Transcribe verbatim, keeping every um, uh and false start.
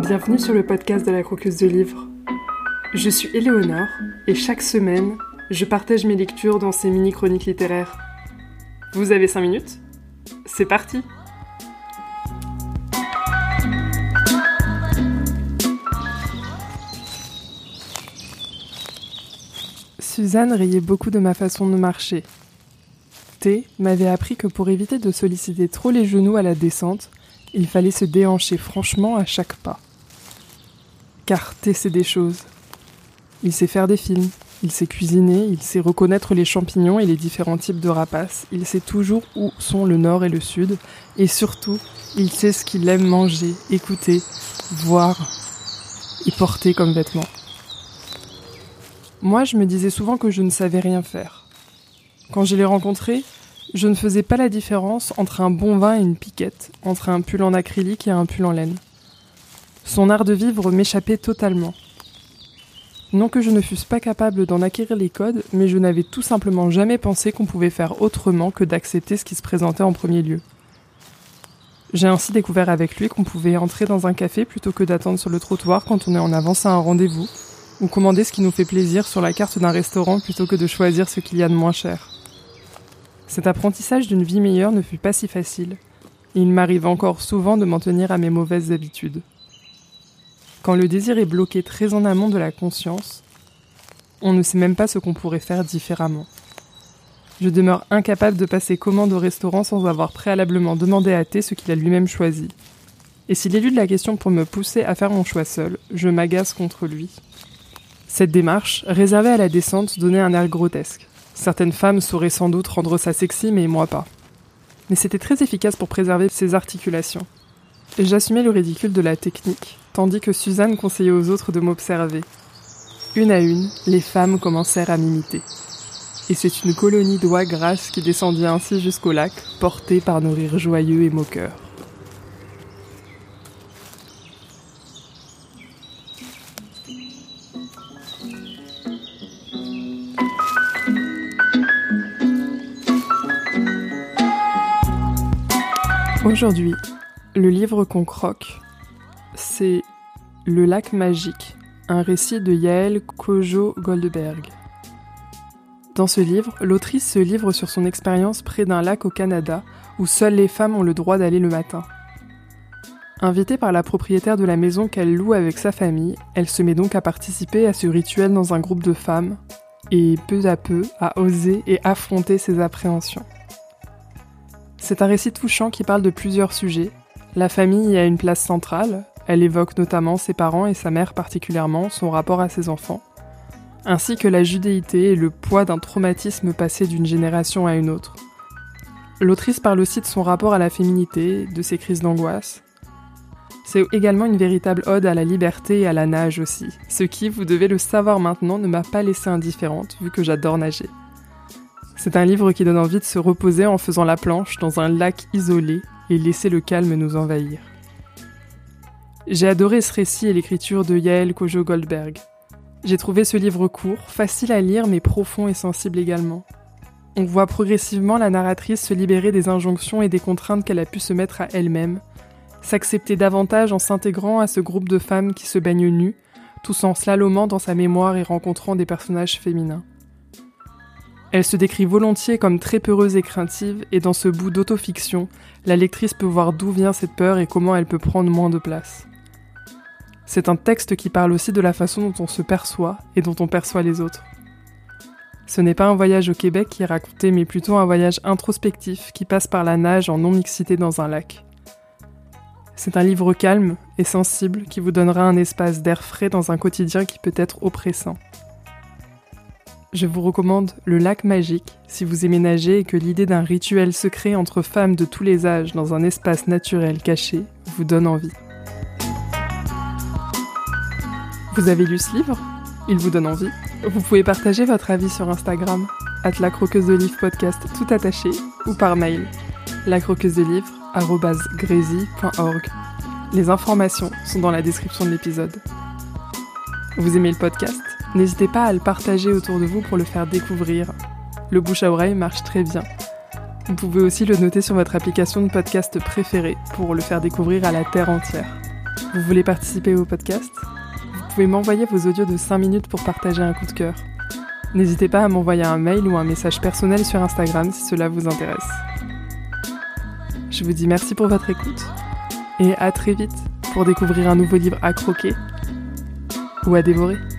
Bienvenue sur le podcast de la Croqueuse de Livres. Je suis Éléonore et chaque semaine, je partage mes lectures dans ces mini-chroniques littéraires. Vous avez cinq minutes ? C'est parti ! Suzanne riait beaucoup de ma façon de marcher. T m'avait appris que pour éviter de solliciter trop les genoux à la descente, il fallait se déhancher franchement à chaque pas. Car T sait des choses. Il sait faire des films, il sait cuisiner, il sait reconnaître les champignons et les différents types de rapaces, il sait toujours où sont le nord et le sud, et surtout, il sait ce qu'il aime manger, écouter, voir et porter comme vêtements. Moi, je me disais souvent que je ne savais rien faire. Quand je l'ai rencontré, je ne faisais pas la différence entre un bon vin et une piquette, entre un pull en acrylique et un pull en laine. Son art de vivre m'échappait totalement. Non que je ne fusse pas capable d'en acquérir les codes, mais je n'avais tout simplement jamais pensé qu'on pouvait faire autrement que d'accepter ce qui se présentait en premier lieu. J'ai ainsi découvert avec lui qu'on pouvait entrer dans un café plutôt que d'attendre sur le trottoir quand on est en avance à un rendez-vous, ou commander ce qui nous fait plaisir sur la carte d'un restaurant plutôt que de choisir ce qu'il y a de moins cher. Cet apprentissage d'une vie meilleure ne fut pas si facile, et il m'arrive encore souvent de m'en tenir à mes mauvaises habitudes. Quand le désir est bloqué très en amont de la conscience, on ne sait même pas ce qu'on pourrait faire différemment. Je demeure incapable de passer commande au restaurant sans avoir préalablement demandé à T ce qu'il a lui-même choisi. Et s'il élude la question pour me pousser à faire mon choix seul, je m'agace contre lui. Cette démarche, réservée à la descente, donnait un air grotesque. Certaines femmes sauraient sans doute rendre ça sexy, mais moi pas. Mais c'était très efficace pour préserver ses articulations. Et j'assumais le ridicule de la technique, tandis que Suzanne conseillait aux autres de m'observer. Une à une, les femmes commencèrent à m'imiter. Et c'est une colonie d'oies grasses qui descendit ainsi jusqu'au lac, portée par nos rires joyeux et moqueurs. Aujourd'hui, le livre qu'on croque, c'est Le lac magique, un récit de Yael Kojó-Goldberg. Dans ce livre, l'autrice se livre sur son expérience près d'un lac au Canada, où seules les femmes ont le droit d'aller le matin. Invitée par la propriétaire de la maison qu'elle loue avec sa famille, elle se met donc à participer à ce rituel dans un groupe de femmes, et peu à peu à oser et affronter ses appréhensions. C'est un récit touchant qui parle de plusieurs sujets. La famille y a une place centrale, elle évoque notamment ses parents et sa mère particulièrement, son rapport à ses enfants, ainsi que la judéité et le poids d'un traumatisme passé d'une génération à une autre. L'autrice parle aussi de son rapport à la féminité, de ses crises d'angoisse. C'est également une véritable ode à la liberté et à la nage aussi, ce qui, vous devez le savoir maintenant, ne m'a pas laissée indifférente, vu que j'adore nager. C'est un livre qui donne envie de se reposer en faisant la planche dans un lac isolé et laisser le calme nous envahir. J'ai adoré ce récit et l'écriture de Yael Kojó-Goldberg. J'ai trouvé ce livre court, facile à lire mais profond et sensible également. On voit progressivement la narratrice se libérer des injonctions et des contraintes qu'elle a pu se mettre à elle-même, s'accepter davantage en s'intégrant à ce groupe de femmes qui se baignent nues, tous en slalomant dans sa mémoire et rencontrant des personnages féminins. Elle se décrit volontiers comme très peureuse et craintive, et dans ce bout d'autofiction, la lectrice peut voir d'où vient cette peur et comment elle peut prendre moins de place. C'est un texte qui parle aussi de la façon dont on se perçoit et dont on perçoit les autres. Ce n'est pas un voyage au Québec qui est raconté, mais plutôt un voyage introspectif qui passe par la nage en non-mixité dans un lac. C'est un livre calme et sensible qui vous donnera un espace d'air frais dans un quotidien qui peut être oppressant. Je vous recommande Le lac magique si vous aimez nager et que l'idée d'un rituel secret entre femmes de tous les âges dans un espace naturel caché vous donne envie. Vous avez lu ce livre ? Il vous donne envie ? Vous pouvez partager votre avis sur Instagram, arobase la croqueuse de livres podcast tout attaché, ou par mail, lacroqueusedelivres arobase grésy point org. Les informations sont dans la description de l'épisode. Vous aimez le podcast ? N'hésitez pas à le partager autour de vous pour le faire découvrir. Le bouche à oreille marche très bien. Vous pouvez aussi le noter sur votre application de podcast préférée pour le faire découvrir à la terre entière. Vous voulez participer au podcast ? Vous pouvez m'envoyer vos audios de cinq minutes pour partager un coup de cœur. N'hésitez pas à m'envoyer un mail ou un message personnel sur Instagram si cela vous intéresse. Je vous dis merci pour votre écoute et à très vite pour découvrir un nouveau livre à croquer ou à dévorer.